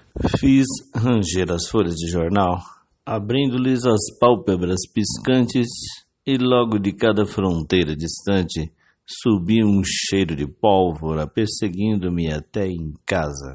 Fiz ranger as folhas de jornal, abrindo-lhes as pálpebras piscantes, e logo de cada fronteira distante subia um cheiro de pólvora perseguindo-me até em casa.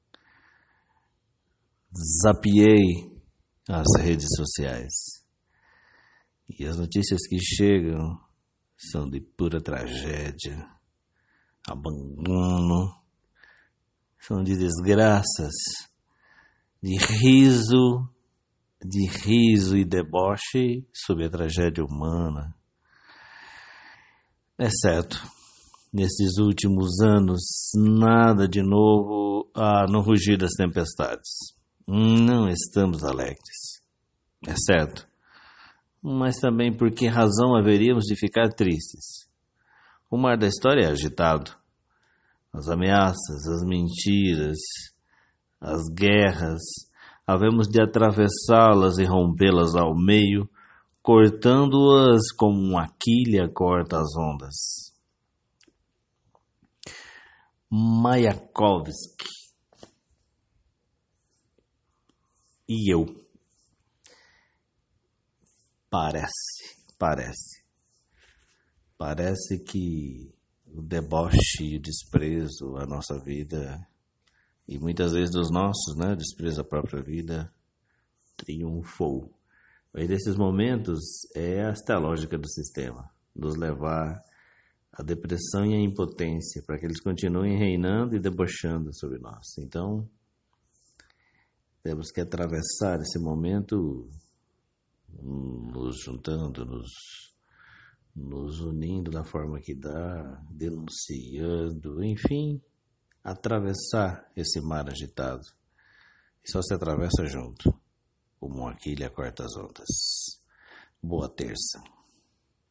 Zapiei as redes sociais e as notícias que chegam são de pura tragédia, abandono, são de desgraças, de riso e deboche sobre a tragédia humana. É certo, nesses últimos anos, nada de novo no rugir das tempestades. Não estamos alegres, é certo, mas também por que razão haveríamos de ficar tristes? O mar da história é agitado. As ameaças, as mentiras, as guerras, havemos de atravessá-las e rompê-las ao meio, cortando-as como uma quilha corta as ondas. Mayakovsky. E eu. Parece que o deboche e o desprezo à nossa vida, e muitas vezes dos nossos, desprezo à própria vida, triunfou. Aí desses momentos é esta a lógica do sistema, nos levar à depressão e à impotência, para que eles continuem reinando e debochando sobre nós. Então, temos que atravessar esse momento nos juntando, nos unindo da forma que dá, denunciando, enfim, atravessar esse mar agitado. E só se atravessa junto, como uma quilha corta as ondas. Boa terça.